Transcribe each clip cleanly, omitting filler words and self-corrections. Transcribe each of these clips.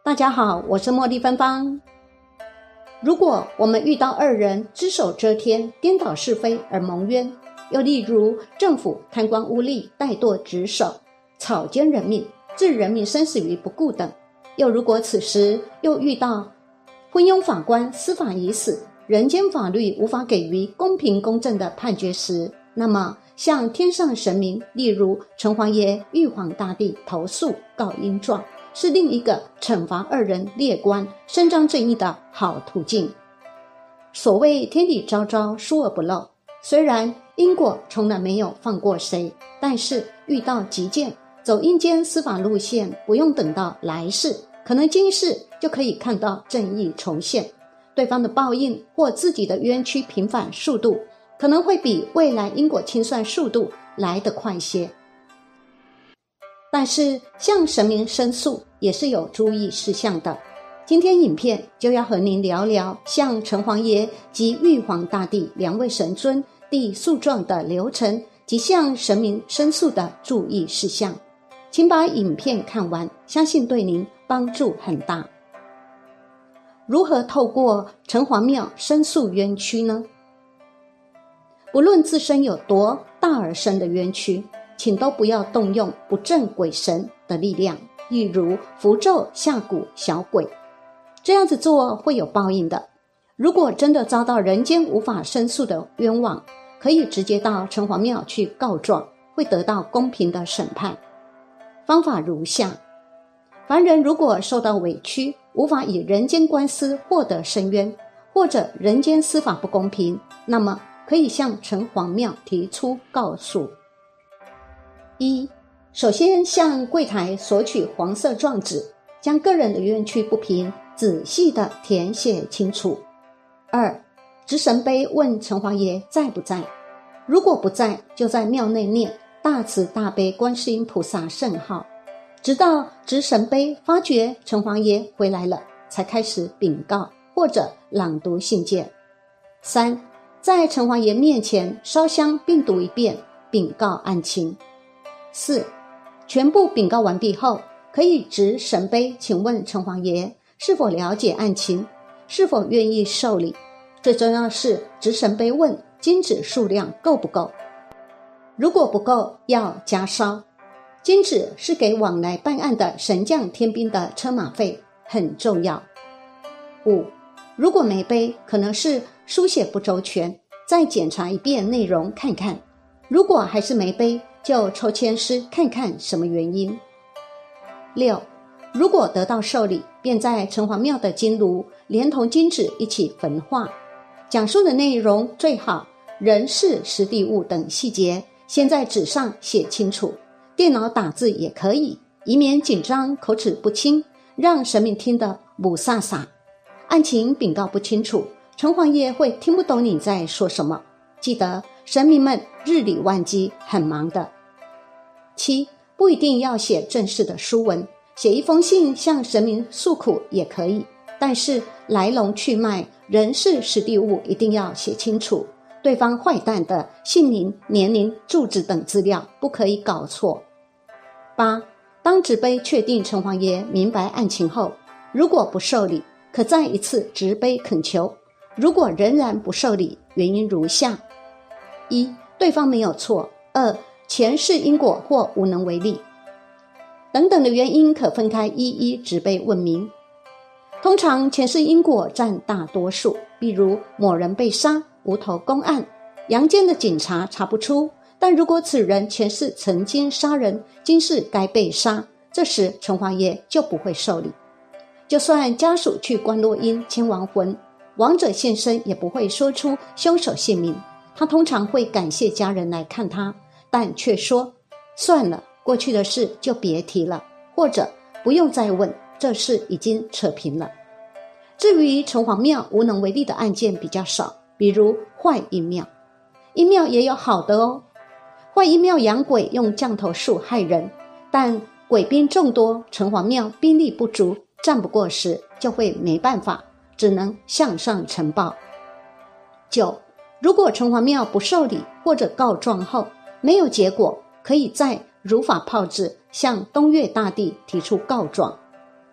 大家好，我是茉莉芬芳。如果我们遇到二人只手遮天、颠倒是非而蒙冤，又例如政府贪官污吏、怠惰职守、草菅人命、置人民生死于不顾等，又如果此时又遇到昏庸法官司法已死，人间法律无法给予公平公正的判决时，那么向天上神明，例如城隍爷、玉皇大帝投诉告阴状，是另一个惩罚二人劣官、伸张正义的好途径。所谓天理昭昭，疏而不漏，虽然因果从来没有放过谁，但是遇到急件，走阴间司法路线，不用等到来世，可能今世就可以看到正义重现，对方的报应或自己的冤屈平反速度，可能会比未来因果清算速度来得快些。但是向神明申诉也是有注意事项的。今天影片就要和您聊聊向城隍爷及玉皇大帝两位神尊递诉状的流程及向神明申诉的注意事项。请把影片看完，相信对您帮助很大。如何透过城隍庙申诉冤屈呢？不论自身有多大而深的冤屈，请都不要动用不正鬼神的力量，例如符咒、下蛊、小鬼，这样子做会有报应的。如果真的遭到人间无法申诉的冤枉，可以直接到城隍庙去告状，会得到公平的审判。方法如下：凡人如果受到委屈，无法以人间官司获得伸冤，或者人间司法不公平，那么可以向城隍庙提出告诉。一、首先向柜台索取黄色状纸，将个人的冤屈不平仔细地填写清楚。二、执神杯问城隍爷在不在，如果不在，就在庙内念大慈大悲观世音菩萨圣号，直到执神杯发觉城隍爷回来了，才开始禀告或者朗读信件。三、在城隍爷面前烧香并读一遍禀告案情。四、全部禀告完毕后，可以执神杯请问城隍爷是否了解案情，是否愿意受理。最重要是执神杯问金纸数量够不够，如果不够要加烧。金纸是给往来办案的神将天兵的车马费，很重要。五、如果没背，可能是书写不周全，再检查一遍内容看看，如果还是没背，就抽签师看看什么原因。六、如果得到受理，便在城隍庙的金炉连同金纸一起焚化，讲述的内容最好人事实地物等细节先在纸上写清楚，电脑打字也可以，以免紧张口齿不清，让神明听得不飒飒。案情禀告不清楚，城隍爷会听不懂你在说什么。记得神明们日理万机，很忙的。七、不一定要写正式的书文，写一封信向神明诉苦也可以，但是来龙去脉、人事实地物一定要写清楚，对方坏蛋的姓名、年龄、住址等资料不可以搞错。八、当执杯确定城隍爷明白案情后，如果不受理，可再一次执杯恳求，如果仍然不受理，原因如下：一、对方没有错；二、前世因果或无能为力等等的原因，可分开一一执杯问明。通常前世因果占大多数，比如某人被杀，无头公案，阳间的警察查不出，但如果此人前世曾经杀人，今世该被杀，这时城隍爷就不会受理。就算家属去观落阴牵亡魂，亡者现身也不会说出凶手姓名，他通常会感谢家人来看他，但却说算了，过去的事就别提了，或者不用再问，这事已经扯平了。至于城隍庙无能为力的案件比较少，比如坏阴庙。阴庙也有好的哦，坏阴庙养鬼用降头术害人，但鬼兵众多，城隍庙兵力不足，战不过时，就会没办法，只能向上呈报。九、如果城隍庙不受理或者告状后没有结果，可以再如法炮制向东岳大帝提出告状。东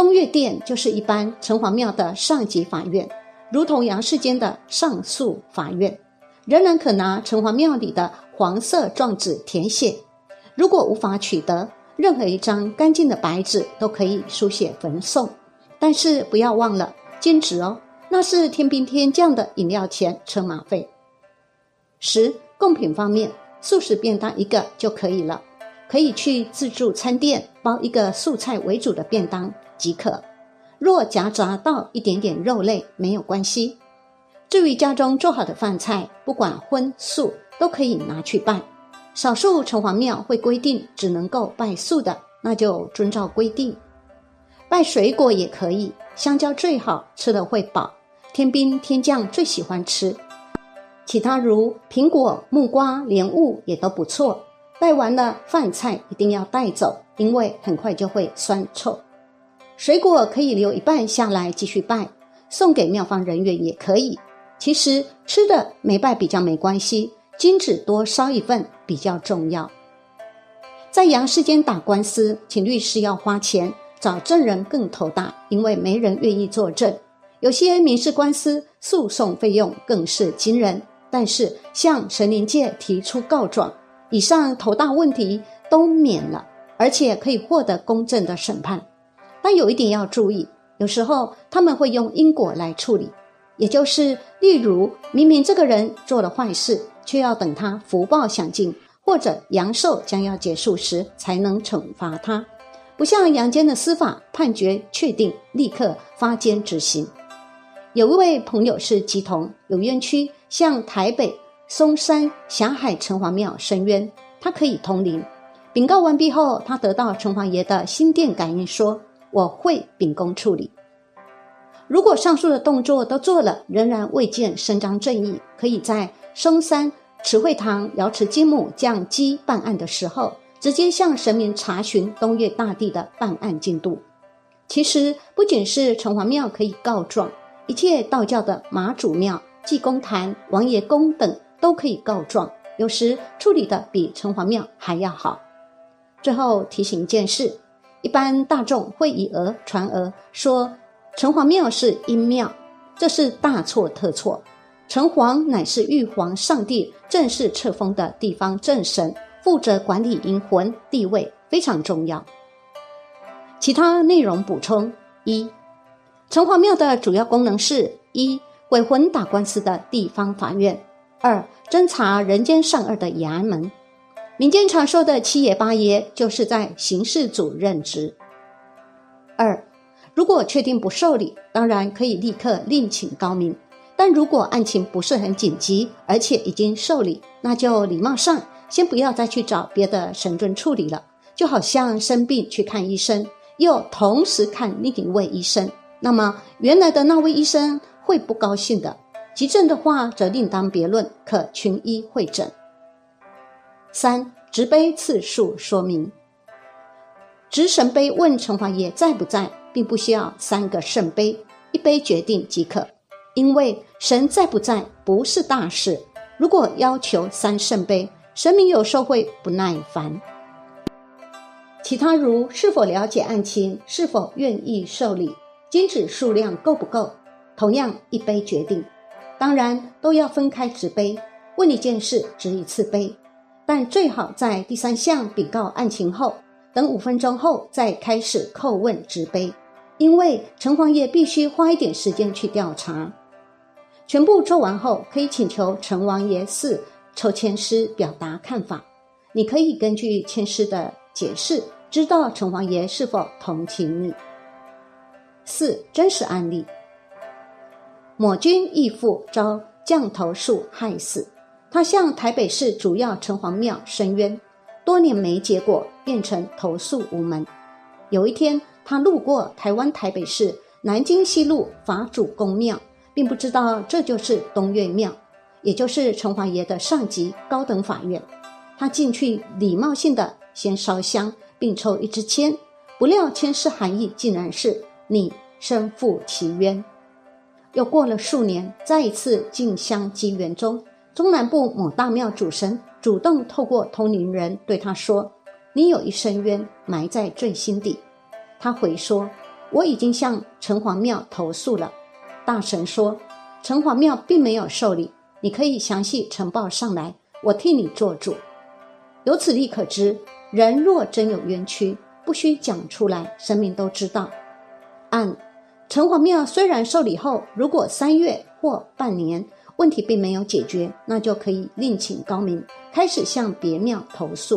东岳殿就是一般城隍庙的上级法院，如同阳世间的上诉法院，人人可拿城隍庙里的黄色状纸填写，如果无法取得，任何一张干净的白纸都可以书写焚送。但是不要忘了金纸哦，那是天兵天将的饮料钱、车马费。10. 贡品方面，素食便当一个就可以了，可以去自助餐店包一个素菜为主的便当即可，若夹杂到一点点肉类没有关系。至于家中做好的饭菜，不管荤素都可以拿去拜。少数城隍庙会规定只能够拜素的，那就遵照规定。拜水果也可以，香蕉最好，吃了会饱，天兵天将最喜欢吃。其他如苹果、木瓜、莲雾也都不错。拜完了饭菜一定要带走，因为很快就会酸臭。水果可以留一半下来继续拜，送给庙方人员也可以。其实吃的没拜比较没关系，金纸多烧一份比较重要。在阳世间打官司，请律师要花钱，找证人更头大，因为没人愿意作证。有些民事官司诉讼费用更是惊人，但是向神灵界提出告状，以上头大问题都免了，而且可以获得公正的审判。但有一点要注意，有时候他们会用因果来处理，也就是例如明明这个人做了坏事，却要等他福报享尽或者阳寿将要结束时才能惩罚他，不像阳间的司法判决确定立刻发监执行。有一位朋友是乩童，有冤屈向台北松山霞海城隍庙申冤，他可以通灵。禀告完毕后，他得到城隍爷的心电感应说，我会秉公处理。如果上述的动作都做了，仍然未见伸张正义，可以在松山慈惠堂瑶池金母降乩办案的时候，直接向神明查询东岳大帝的办案进度。其实不仅是城隍庙可以告状，一切道教的妈祖庙、济公坛、王爷宫等都可以告状，有时处理的比城隍庙还要好。最后提醒一件事，一般大众会以讹传讹，说城隍庙是阴庙，这是大错特错。城隍乃是玉皇上帝正式册封的地方正神，负责管理阴魂，地位非常重要。其他内容补充： 1. 城隍庙的主要功能是： 1. 鬼魂打官司的地方法院； 2. 侦查人间善恶的衙门。民间常说的七爷八爷就是在刑事组任职。 2. 如果确定不受理，当然可以立刻另请高明，但如果案情不是很紧急，而且已经受理，那就礼貌上先不要再去找别的神尊处理了，就好像生病去看医生，又同时看另一位医生，那么原来的那位医生会不高兴的，急症的话则另当别论，可群医会诊。 3. 执杯次数说明。执神杯问城隍爷在不在，并不需要3个圣杯，1杯决定即可，因为神在不在不是大事，如果要求3圣杯，神明有时候会不耐烦。其他如是否了解案情，是否愿意受理，金纸数量够不够，同样1杯决定。当然都要分开执杯，问一件事执一次杯，但最好在第3项禀告案情后，等5分钟后再开始叩问执杯，因为城隍爷必须花一点时间去调查。全部做完后，可以请求城隍爷4抽签师表达看法，你可以根据签师的解释，知道城隍爷是否同情你。4. 真实案例。某君义父遭降头术害死，他向台北市主要城隍庙申冤，多年没结果，变成投诉无门。有一天，他路过台湾台北市南京西路法主公庙，并不知道这就是东岳庙，也就是城隍爷的上级高等法院。他进去礼貌性的先烧香，并抽一支签，不料签诗含义竟然是你身负其冤。又过了数年，在一次进香机缘中，中南部某大庙主神主动透过通灵人对他说，你有一深冤埋在最心底。他回说， 我已经向城隍庙投诉了。大神说，城隍庙并没有受理，你可以详细呈报上来，我替你做主。由此例可知，人若真有冤屈，不需讲出来，神明都知道。按城隍庙虽然受理后，如果3月或半年问题并没有解决，那就可以另请高明，开始向别庙投诉，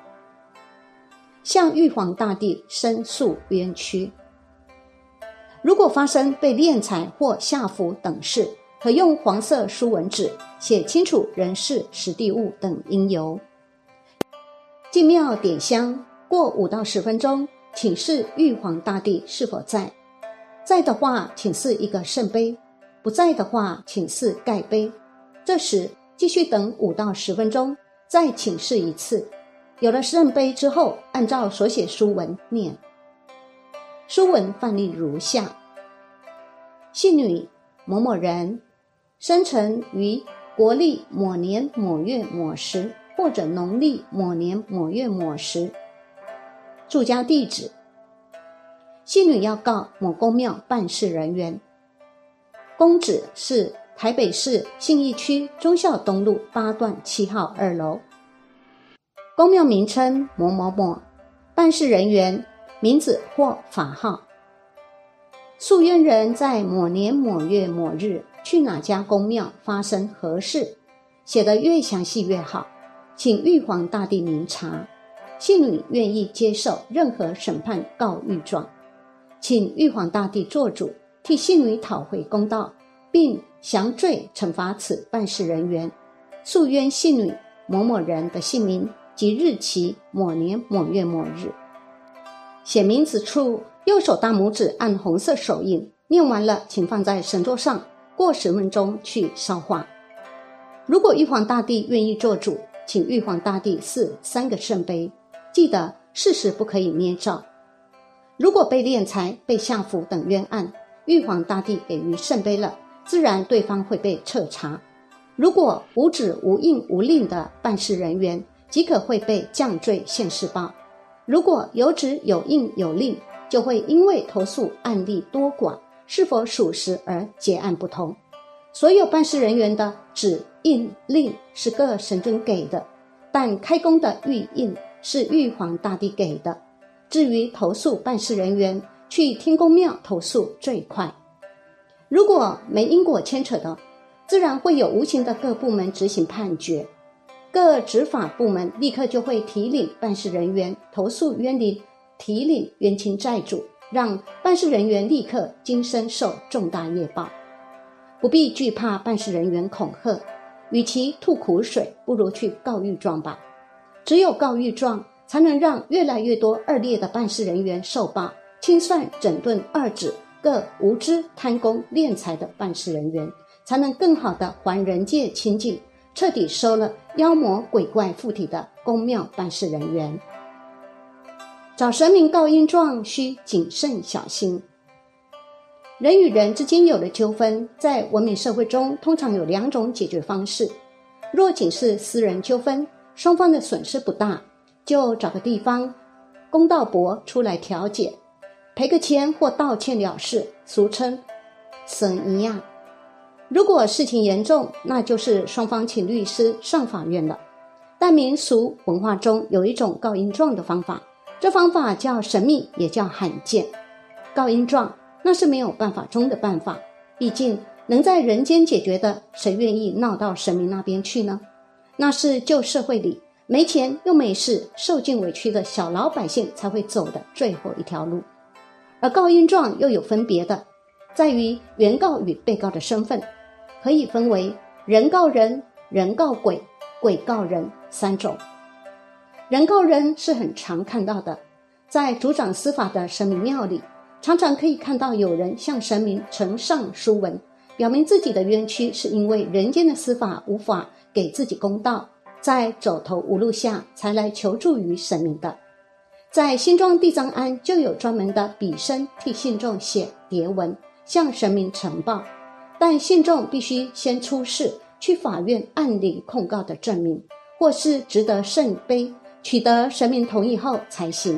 向玉皇大帝申诉冤屈。如果发生被敛财或下符等事，可用黄色书文纸写清楚人事、时地物等因由。进庙点香，过5到10分钟，请示玉皇大帝是否在，在的话请赐一个圣杯，不在的话请赐盖杯。这时继续等5到10分钟，再请示一次。有了圣杯之后，按照所写书文念。书文范例如下：姓女某某人，生辰于国历某年某月某时，或者农历某年某月某时。住家地址，姓女要告某公庙办事人员，公址是台北市信义区忠孝东路8段7号2楼。公庙名称某某某，办事人员名字或法号。诉冤人在某年某月某日去哪家公庙发生何事，写得越详细越好，请玉皇大帝明察。姓女愿意接受任何审判告御状，请玉皇大帝做主，替姓女讨回公道，并降罪惩罚此办事人员。诉冤姓女某某人的姓名及日期某年某月某日。写名字处右手大拇指按红色手印，念完了请放在神桌上，过10分钟去烧化。如果玉皇大帝愿意做主，请玉皇大帝赐3个圣杯，记得事实不可以捏造。如果被敛财、被下符等冤案，玉皇大帝给予圣杯了，自然对方会被彻查。如果无指无印无令的办事人员，即可会被降罪现世报。如果有指有印有令，就会因为投诉案例多寡，是否属实而结案不同。所有办事人员的指印令是各神尊给的，但开工的御印是玉皇大帝给的。至于投诉办事人员，去天公庙投诉最快。如果没因果牵扯的，自然会有无形的各部门执行判决，各执法部门立刻就会提领办事人员投诉冤灵，提领冤亲债主，让办事人员立刻今生受重大业报。不必惧怕办事人员恐吓，与其吐苦水，不如去告御状吧。只有告御状，才能让越来越多恶劣的办事人员受报，清算整顿二指各无知贪功敛财的办事人员，才能更好地还人界清净，彻底收了妖魔鬼怪附体的公庙办事人员。找神明告阴状需谨慎小心。人与人之间有了纠纷，在文明社会中通常有2种解决方式。若仅是私人纠纷，双方的损失不大，就找个地方公道伯出来调解，赔个钱或道歉了事，俗称审一样。如果事情严重，那就是双方请律师上法院了。但民俗文化中有一种告阴状的方法，这方法叫神秘，也叫罕见。告阴状那是没有办法中的办法，毕竟能在人间解决的，谁愿意闹到神明那边去呢？那是旧社会里没钱又没事，受尽委屈的小老百姓才会走的最后一条路。而告阴状又有分别的，在于原告与被告的身份，可以分为人告人、人告鬼、鬼告人3种。人告人是很常看到的，在主掌司法的神明庙里，常常可以看到有人向神明呈上书文，表明自己的冤屈是因为人间的司法无法给自己公道，在走投无路下才来求助于神明的。在新庄地藏庵就有专门的笔生替信众写牒文，向神明呈报，但信众必须先出示去法院按领控告的证明，或是值得圣杯，取得神明同意后才行。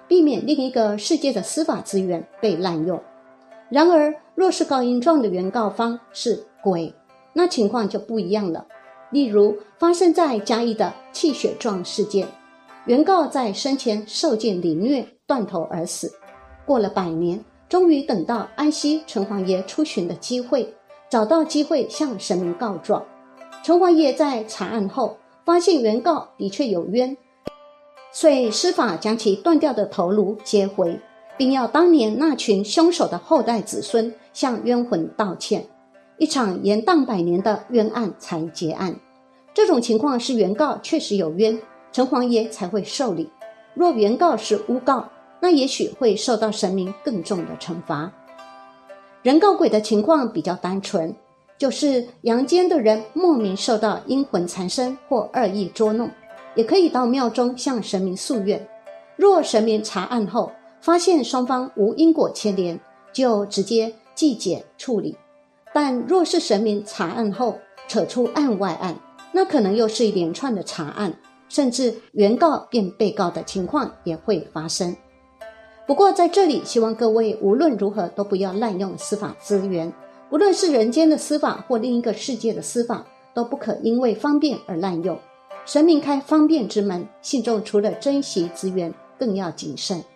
避免另一个世界的司法资源被滥用。然而，若是告因状的原告方是鬼，那情况就不一样了。例如，发生在嘉义的气血状事件，原告在生前受尽凌虐，断头而死。过了100年，终于等到安息城隍爷出巡的机会，找到机会向神明告状。城隍爷在查案后，发现原告的确有冤，遂施法将其断掉的头颅接回，并要当年那群凶手的后代子孙向冤魂道歉。一场延宕100年的冤案才结案。这种情况是原告确实有冤，城隍爷才会受理。若原告是诬告，那也许会受到神明更重的惩罚。人告鬼的情况比较单纯，就是阳间的人莫名受到阴魂缠身或恶意捉弄，也可以到庙中向神明诉愿。若神明查案后发现双方无因果牵连，就直接纪检处理。但若是神明查案后扯出案外案，那可能又是一连串的查案，甚至原告变被告的情况也会发生。不过在这里，希望各位无论如何都不要滥用司法资源，无论是人间的司法或另一个世界的司法，都不可因为方便而滥用。神明开方便之门，信众除了珍惜资源，更要谨慎。